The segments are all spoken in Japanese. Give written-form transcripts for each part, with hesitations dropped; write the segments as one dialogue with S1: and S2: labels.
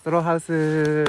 S1: ストローハウス、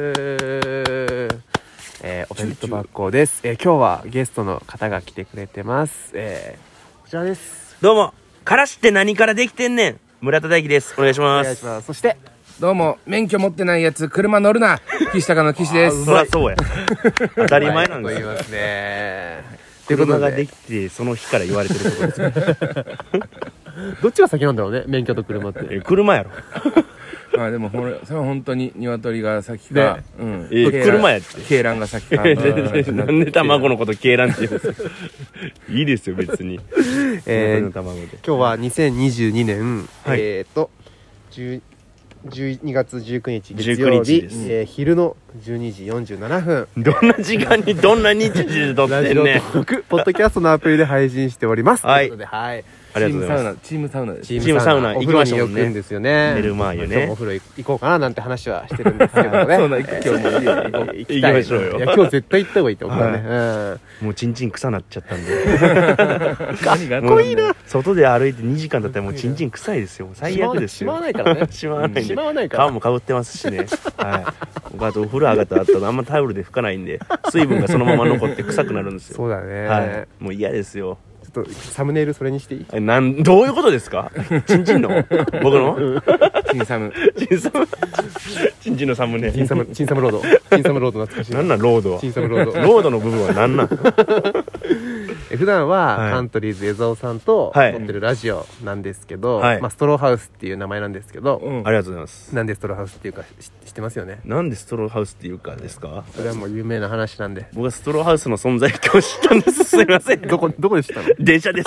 S1: お弁当箱です。今日はゲストの方が来てくれてます。こちらです。
S2: どうも、からしって何からできてんねん、村田大樹です。お願いします。
S1: お願いします。そして
S3: どうも、免許持ってないやつ車乗るな、岸高の岸です。
S2: そりゃそうや。当たり前なんですよ。
S1: と言いますね。
S2: 車ができてその日から言われてることですよ。
S1: どっちが先なんだろうね、免許と車って。
S2: 車やろ。
S3: まあでもそれは本当に鶏が先か、
S2: 車やって。
S3: 鶏卵が先か。
S2: なんで卵のこと鶏卵って言うんですか。いいですよ別に。
S1: 今日は2022年、12月19日月曜日、昼の12時47分。
S2: どんな時間にどんな日時で撮ってんねん。
S1: ポッドキャストのアプリで配信しております。
S2: はい。
S1: ということで、はい。
S2: ありがとうございます。
S3: チームサウナです。
S2: チームサウナ行きましょうね。
S1: お風呂によくんですよね。
S2: 寝る前よね。
S1: お風呂行こうかななんて話はしてるんですけどね。
S3: そうなん、今日も
S2: 行きましょうよ。
S1: いや、今日絶対行った方がいいと思うね。
S2: もうチンチン臭なっちゃったんで。
S3: かっ
S1: こいいな。
S2: 外で歩いて2時間だったらもうチンチン臭いですよ。最悪ですよ。
S1: しまわないからね。
S2: しまわない。
S1: しまわないから。
S2: 皮もかぶってますしね。はい。僕あとお風呂上がった後あんまタオルで拭かないんで、水分がそのまま残って臭くなるんですよ。
S1: そうだね。
S2: はい。もう嫌ですよ。
S1: ちょっとサムネイルそれにしていい？
S2: どういうことですか？チンチンの？僕の？
S3: チンサム
S2: チンチンのサムネ。
S1: チンサムロード。チンサムロード懐かしい。
S2: なんなんロードは？
S1: チンサムロード。
S2: ロードの部分はなんなん？
S1: 普段はカントリーズ江澤さんと撮ってるラジオなんですけど、まあストローハウスっていう名前なんですけど、
S2: ありがとうございます。
S1: なんでストローハウスっていうか知ってますよね？
S2: なんでストローハウスっていうかですか？
S1: それはもう有名な話なんで。
S2: 僕はストローハウスの存在今日知ったんです。すいません。
S1: どこで知ったの？
S2: 電車です。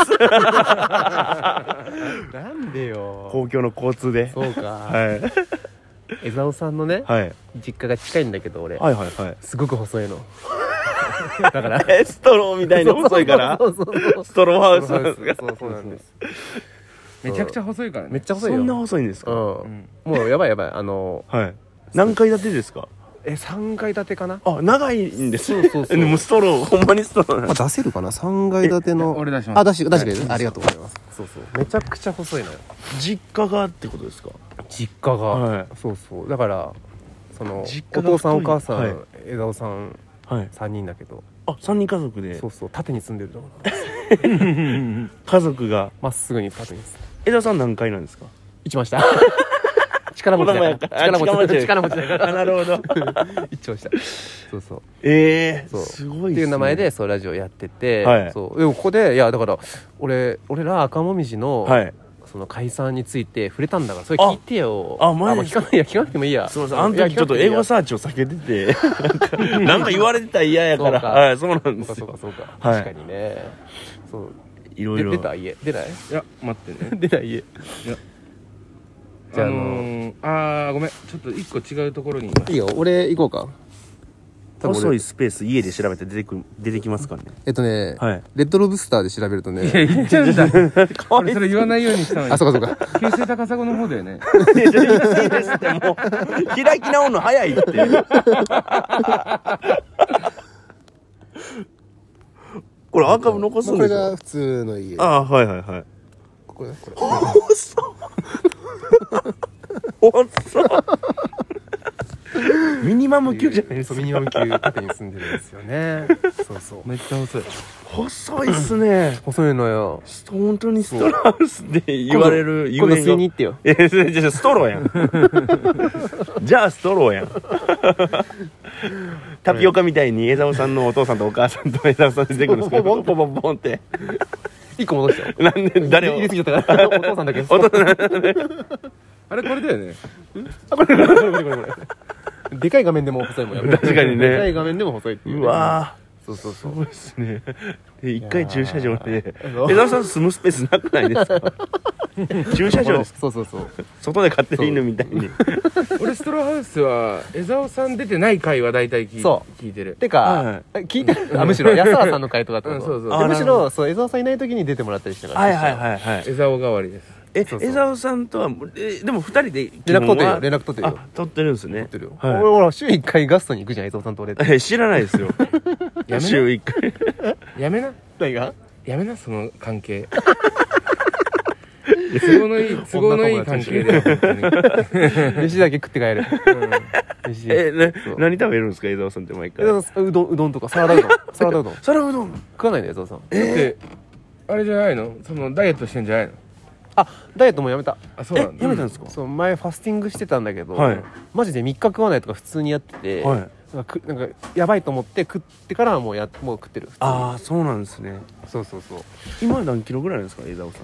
S1: なんでよ。
S2: 公共の交通で。
S1: そうか。
S2: はい。
S1: 江澤さんのね、
S2: はい、
S1: 実家が近いんだけど俺、
S2: はいはいはい、
S1: すごく細いの。だから
S2: ストローみたいに細いから。ストローハウス。
S1: そうなんです。
S3: めちゃくちゃ細いからね。
S1: めっちゃ細いよ。
S2: そんな細いんですか？
S1: もうやばいはい。
S2: 何階建てですか
S1: ？3階建てかな。
S2: あ、長いんです。
S1: そう
S2: でもストロー、ほんまにストロー。
S1: 出せるかな3階建ての。
S3: 俺出します。
S1: あ、出してくれる？ありがとうございます。そうめちゃくちゃ細いのよ。
S2: 実家がってことですか？
S1: 実家が。そうだからそのお父さんお母さん江澤さん3人だけど。
S2: あ、3人家族で。
S1: そう縦に住んでるところ。
S2: 家族が
S1: まっすぐに縦に住んでる。
S2: 江澤さん何階なんですか？
S1: 一番下。力持ちだから。力持ちだから。
S2: なるほど。
S1: 一番下。そうす
S2: ごい
S1: っていう名前でラジオやってて、でもここでいやだから俺ら赤もみじのその解散について触れたんだからそれ聞いてよ。聞かなくてもいいや。
S2: そうあの時ちょっと英語サーチを避けててなんか言われてたら嫌やから。はい、そうなんですよ。
S1: そうか確かにね。そう
S2: いろいろ
S1: 出た家出ない？
S3: いや待ってね。
S1: 出ない家。
S3: じゃあごめん、ちょっと一個違うところにいます。
S1: いいよ、俺行こうか。
S2: 細いスペース家で調べて出てきますからね。
S1: レッドロブスターで調べるとね。
S3: 言っちゃうんだ。俺それ言わないようにしたのに。
S1: あ、そうか。
S3: 京成高砂の方だよね。
S2: いいですって、もう開き直るの早いって。これアーカイブ残すんでしょ？
S1: これが普通の家。
S2: あ、はい。
S1: これ。ミニマム級じゃないですか。ミニマム級縦に住んでるんですよね。そう
S3: めっちゃ細い。
S2: 細いっすね。
S1: 細いのよ。
S2: 本当にストローハウスで言われる
S1: 今度吸いに行ってよ。
S2: じゃあストローやん。じゃあストローやん。タピオカみたいに江澤さんのお父さんとお母さんと江澤さん出てくるんですけど、ボンって
S1: 一個戻してよ。
S2: なんで誰を
S1: 入れすぎちゃったから。お父さんだけ。
S3: あれこれだよね。
S1: これ。でかい画面でも細いもんね。
S2: 確かにね。
S1: でかい画面でも細いっていう。
S2: うわー。
S1: そう
S2: ですね。で一回駐車場で江澤さん住むスペースなくないですか？駐車場です。
S1: そう
S2: 外で飼ってる犬みたいに。
S3: 俺ストローハウスは江澤さん出てない回は大体聞いてる。
S1: てか聞いてる。むしろ安川さんの回とかってこと。
S3: そう
S1: むしろ江澤さんいない時に出てもらったりしてから。
S2: はい。
S3: 江澤代わりです。
S2: 江澤さんとはでも2人で
S1: 連絡取ってるよ。
S2: 取ってるんですね。
S1: 俺ほら週1回ガストに行くじゃん江澤さんと俺。
S2: 知らないですよ。週1回。
S3: やめな。
S1: 何が？
S3: やめなその関係。 都合のいい関係で
S1: 飯だけ食って帰る、飯
S2: 何食べるんですか江澤さんって毎回。
S1: うどんとかサラダうどんサラダうどん食わないの江澤さん。
S3: だってあれじゃないの、そのダイエットしてんじゃないの。
S1: あ、ダイエットもやめた。
S3: あ、そうなんだ。
S2: やめたんですか。
S1: そう、前ファスティングしてたんだけど、
S2: はい、
S1: マジで3日食わないとか普通にやってて、はい、なんかやばいと思って食ってからはもう食ってる。
S2: ああ、そうなんですね。
S1: そうそうそう。
S2: 今何キロぐらいなんですか江澤さんって。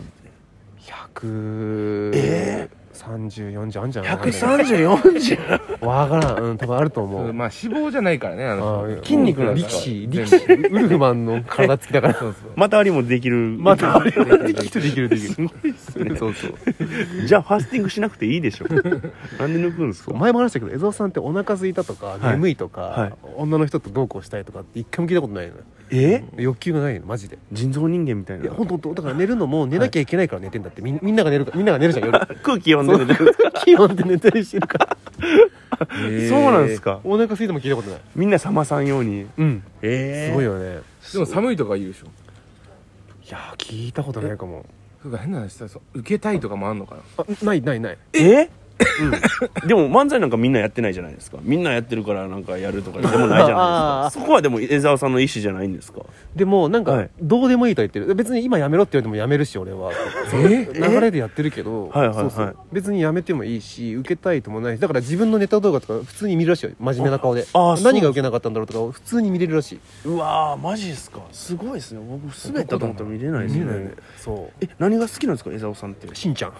S1: 130、40あんじゃない。
S2: 130、40
S1: わからん、多分あると思う。
S3: まあ脂肪じゃないからね、あの
S2: 筋肉なん
S1: ですか。力士ウルフマンの体つきだから。そうそう。
S2: またありもできる。
S1: またありもできる。
S2: すごいっすね。
S1: そうそう。
S2: じゃあファスティングしなくていいでしょ。なんで抜くんですか。
S1: 前も話したけど江澤さんってお腹空いたとか眠いとか女の人とどうこうしたいとかって一回も聞いたことないのよ。欲求がないのマジで。
S2: 人造人間みたいな。
S1: いや本当だから寝るのも寝なきゃいけないから寝てんだって。みんなが寝るじゃん夜。
S2: 空気読んで寝てる。
S1: 空気読んで寝たりしてるから。
S2: そうなんですか。
S1: お腹空いても聞いたことない。
S2: みんな冷まさんように。
S1: すごいよね。
S3: でも寒いとか言うでしょ。
S1: いや聞いたことないかも。
S3: そうか変な話したら受けたいとかもあんのかな。
S1: ない。
S2: でも漫才なんかみんなやってないじゃないですか。みんなやってるからなんかやるとかでもないじゃないですか。そこはでも江澤さんの意思じゃないんですか。
S1: でもなんかどうでもいいと言ってる。別に今やめろって言われてもやめるし俺は。流れでやってるけど、別にやめてもいいし受けたいともないし、だから自分のネタ動画とか普通に見るらしいよ。真面目な顔で何が受けなかったんだろうとか普通に見れるらしい。
S2: うわーマジですか。すごいですね。僕滑ったと思ったら見れないですね。
S1: そう。
S2: 何が好きなんですか江澤さんって。
S1: しんちゃん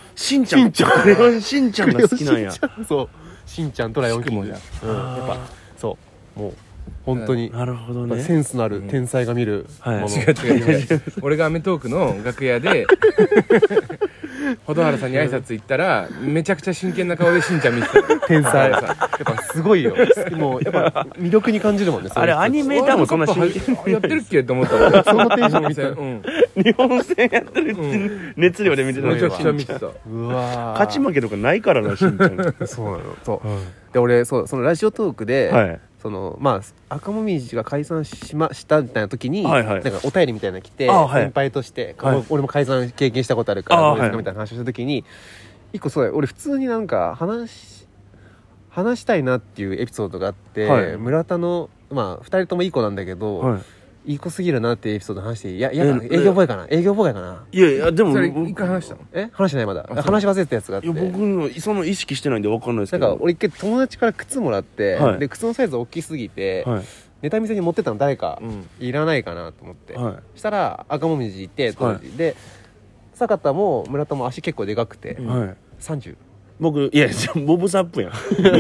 S2: が好きなんや。
S1: そうしんちゃんとライオンキングじゃん。やっぱそうもう本当に
S2: なるほどね。
S1: センスのある天才が見るもの。
S3: 違う俺がアメトーークの楽屋で蛍原さんに挨拶行ったらめちゃくちゃ真剣な顔でしんちゃん見てた。
S1: 天才やっぱすごいよ。もうやっぱ魅力に感じるもんね。
S2: あれアニメーターもそんな真剣
S3: やってるっけと思ったら
S1: そのテンション見て
S2: 日本戦やってるって熱量で見てた。
S3: めちゃくちゃ見てた。
S1: うわ
S2: 勝ち負けとかないからなしんちゃん。
S1: そうなの。そうで俺そのラジオトークでそのまあ赤もみじが解散したみたいな時になんかお便りみたいなの来て先輩として俺も解散経験したことあるからどうですかみたいな話をした時に一個そう俺普通になんか話したいなっていうエピソードがあって村田のまあ2人ともいい子なんだけどいい子すぎるなっていうエピソード話していや営業妨害かな。
S2: いやでも
S3: それ一回話したの？
S1: 話してないまだ。話忘れてたやつがあって。
S2: 僕のその意識してないんで分かんないですけど。
S1: なんか俺一回友達から靴もらってで靴のサイズ大きすぎてネタ見せに持ってったの誰かいらないかなと思ってしたら赤もみじいて当時で坂田も村田も足結構でかくて30。
S2: 僕いやボブサップやん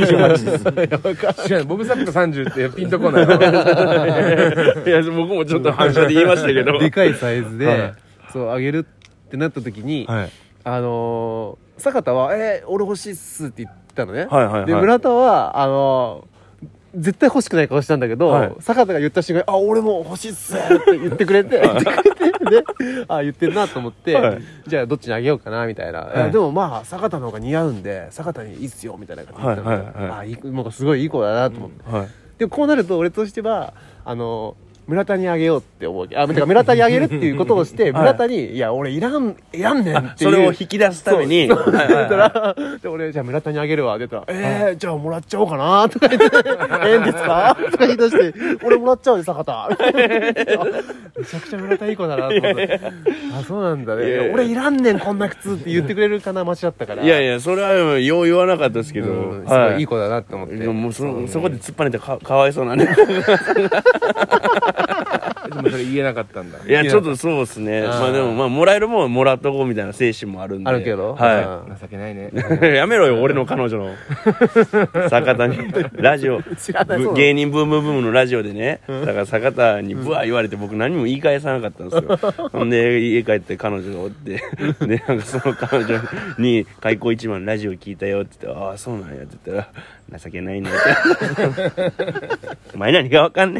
S2: 28です。
S3: 知らない。ボブサップと30ってピンとこない。
S2: いや僕もちょっと反射で言いましたけど
S1: でかいサイズでそうあげるってなった時に坂田は俺欲しいっすって言ったのね。で村田は絶対欲しくない顔したんだけど坂田が言った瞬間に俺も欲しいっすって言ってくれてで言ってんなと思ってじゃあどっちにあげようかなみたいな。でもまあ坂田の方が似合うんで坂田にいいっすよみたいな感じで言ったの。なんかすごいいい子だなと思ってでこうなると俺としては村田にあげようって思う。村田にあげるっていうことをして村田にいや俺いらんねんっていう
S2: それを引き出すために
S1: で俺じゃあ村田にあげるわって言ったらじゃあもらっちゃおうかなとか言ってんですかとか言い出して俺もらっちゃうよ坂田めちゃくちゃ村田いい子だなと思ってそうなんだね俺いらんねんこんな靴って言ってくれるかな待ちだったから
S2: いやそれはよう言わなかったですけど
S1: すごいいい子だなって思って
S2: もうそこで突っぱねてかわいそうなんで
S3: でもそれ言えなかったんだ。
S2: いやちょっとそうですね。でももらえるもんもらっとこうみたいな精神もあるんで。
S1: あるけど
S3: 情けないね。
S2: やめろよ俺の彼女の坂田にラジオ芸人ブームブームのラジオでねだから坂田にブワー言われて僕何も言い返さなかったんですよ。ほんで家帰って彼女がおってでなんかその彼女に開口一番ラジオ聞いたよって言ってああそうなんやって言ったら情けないねお前何がわかんね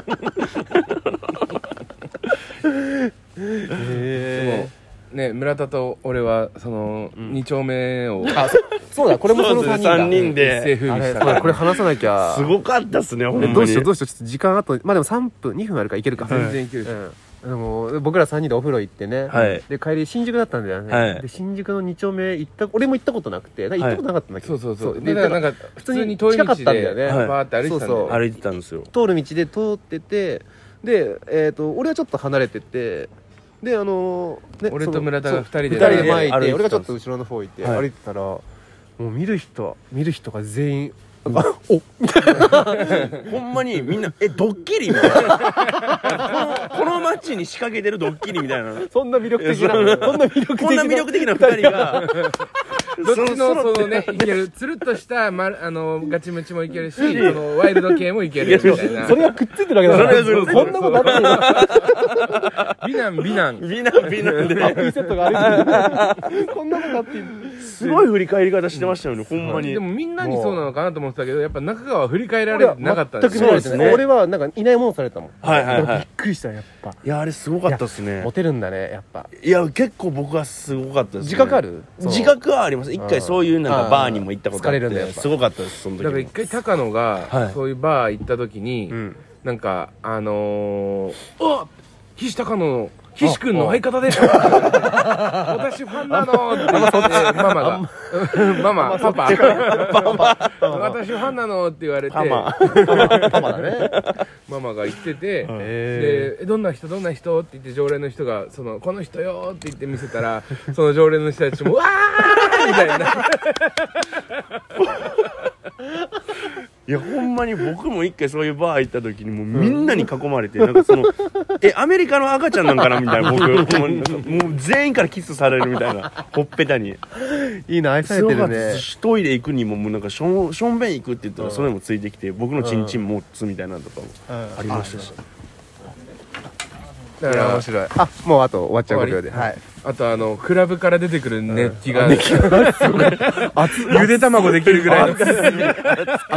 S3: でもね村田と俺はその2丁目を
S1: そうだこれもその3
S2: 人で
S3: 一世風靡したから
S1: これ話さなきゃ
S2: すごかったっすねほんまに。
S1: どうしようちょっと時間あとまあでも2分あるからいけるか
S3: 全然いけるし
S1: でも僕ら3人でお風呂行ってね、
S2: はい
S1: で帰り新宿だったんだよね、
S2: はい
S1: で新宿の2丁目俺も行ったことなくて行ったことなかったんだけど、
S3: そう
S1: で
S3: だからなんか普通に遠い道
S1: 近かったんだよ
S3: で
S1: ね、
S3: バーって歩いてたんだよね。
S2: 歩いてたんですよ。
S1: 通る道で通っててで、俺はちょっと離れててでね、
S3: 俺と村田が2人で
S1: 2人で前行って
S2: 歩いてたんです
S1: 俺がちょっと後ろの方行って、
S2: はい
S1: 歩いてたらもう見る人が全員お
S2: ほんまにみんなドッキリみたいなこの街に仕掛けてるドッキリみたいな
S1: そんな魅力的な
S2: こんな魅力的な2人が
S3: どっちのそのねいけるつるっとしたガチムチもいけるし、そのワイルド系もいけるみたいな。
S1: それがくっついてるわけだからそんなことあって
S3: 美男
S2: 美男で
S1: ハッピーセットがあるこんなことあって
S2: すごい振り返り方してましたよね、ほんまに。
S3: でもみんなにそうなのかなと思ってたけど、やっぱ中川は振り返られてなかったんです
S1: 全くそうですね。俺はなんかいないものされたもん。
S2: はいはいはい。
S1: びっくりしたやっぱ。
S2: いやあれすごかったですね。
S1: モテるんだねやっぱ。
S2: いや結構僕はすごかったですね。
S1: 自覚ある？
S2: 自覚はあります。一回そういうなんかバーにも行ったことあってすごかったですその時。
S3: だから一回高野がそういうバー行った時になんか岸高野の岸君の相方でしょ私ファンなのって言ってママパパ私ファンなのって言われてパパ
S1: だね
S3: ママが言っててでどんな人って言って常連の人がこの人よって言って見せたらその常連の人たちもわーみたいな。
S2: いやほんまに僕も一回そういうバー行った時にもうみんなに囲まれてなんかアメリカの赤ちゃんなんかなみたいな僕もう全員からキスされるみたいなほっぺたに
S1: いいな愛されてるね。
S2: トイレ行くにももうなんかしょんべん行くって言ったらそれもついてきて僕のチンチン持つみたいなのとかもありましたし、
S1: だから面白い。もうあと終わっちゃう5秒で。はい。
S3: あとクラブから出てくる熱気がゆで卵できるぐらいの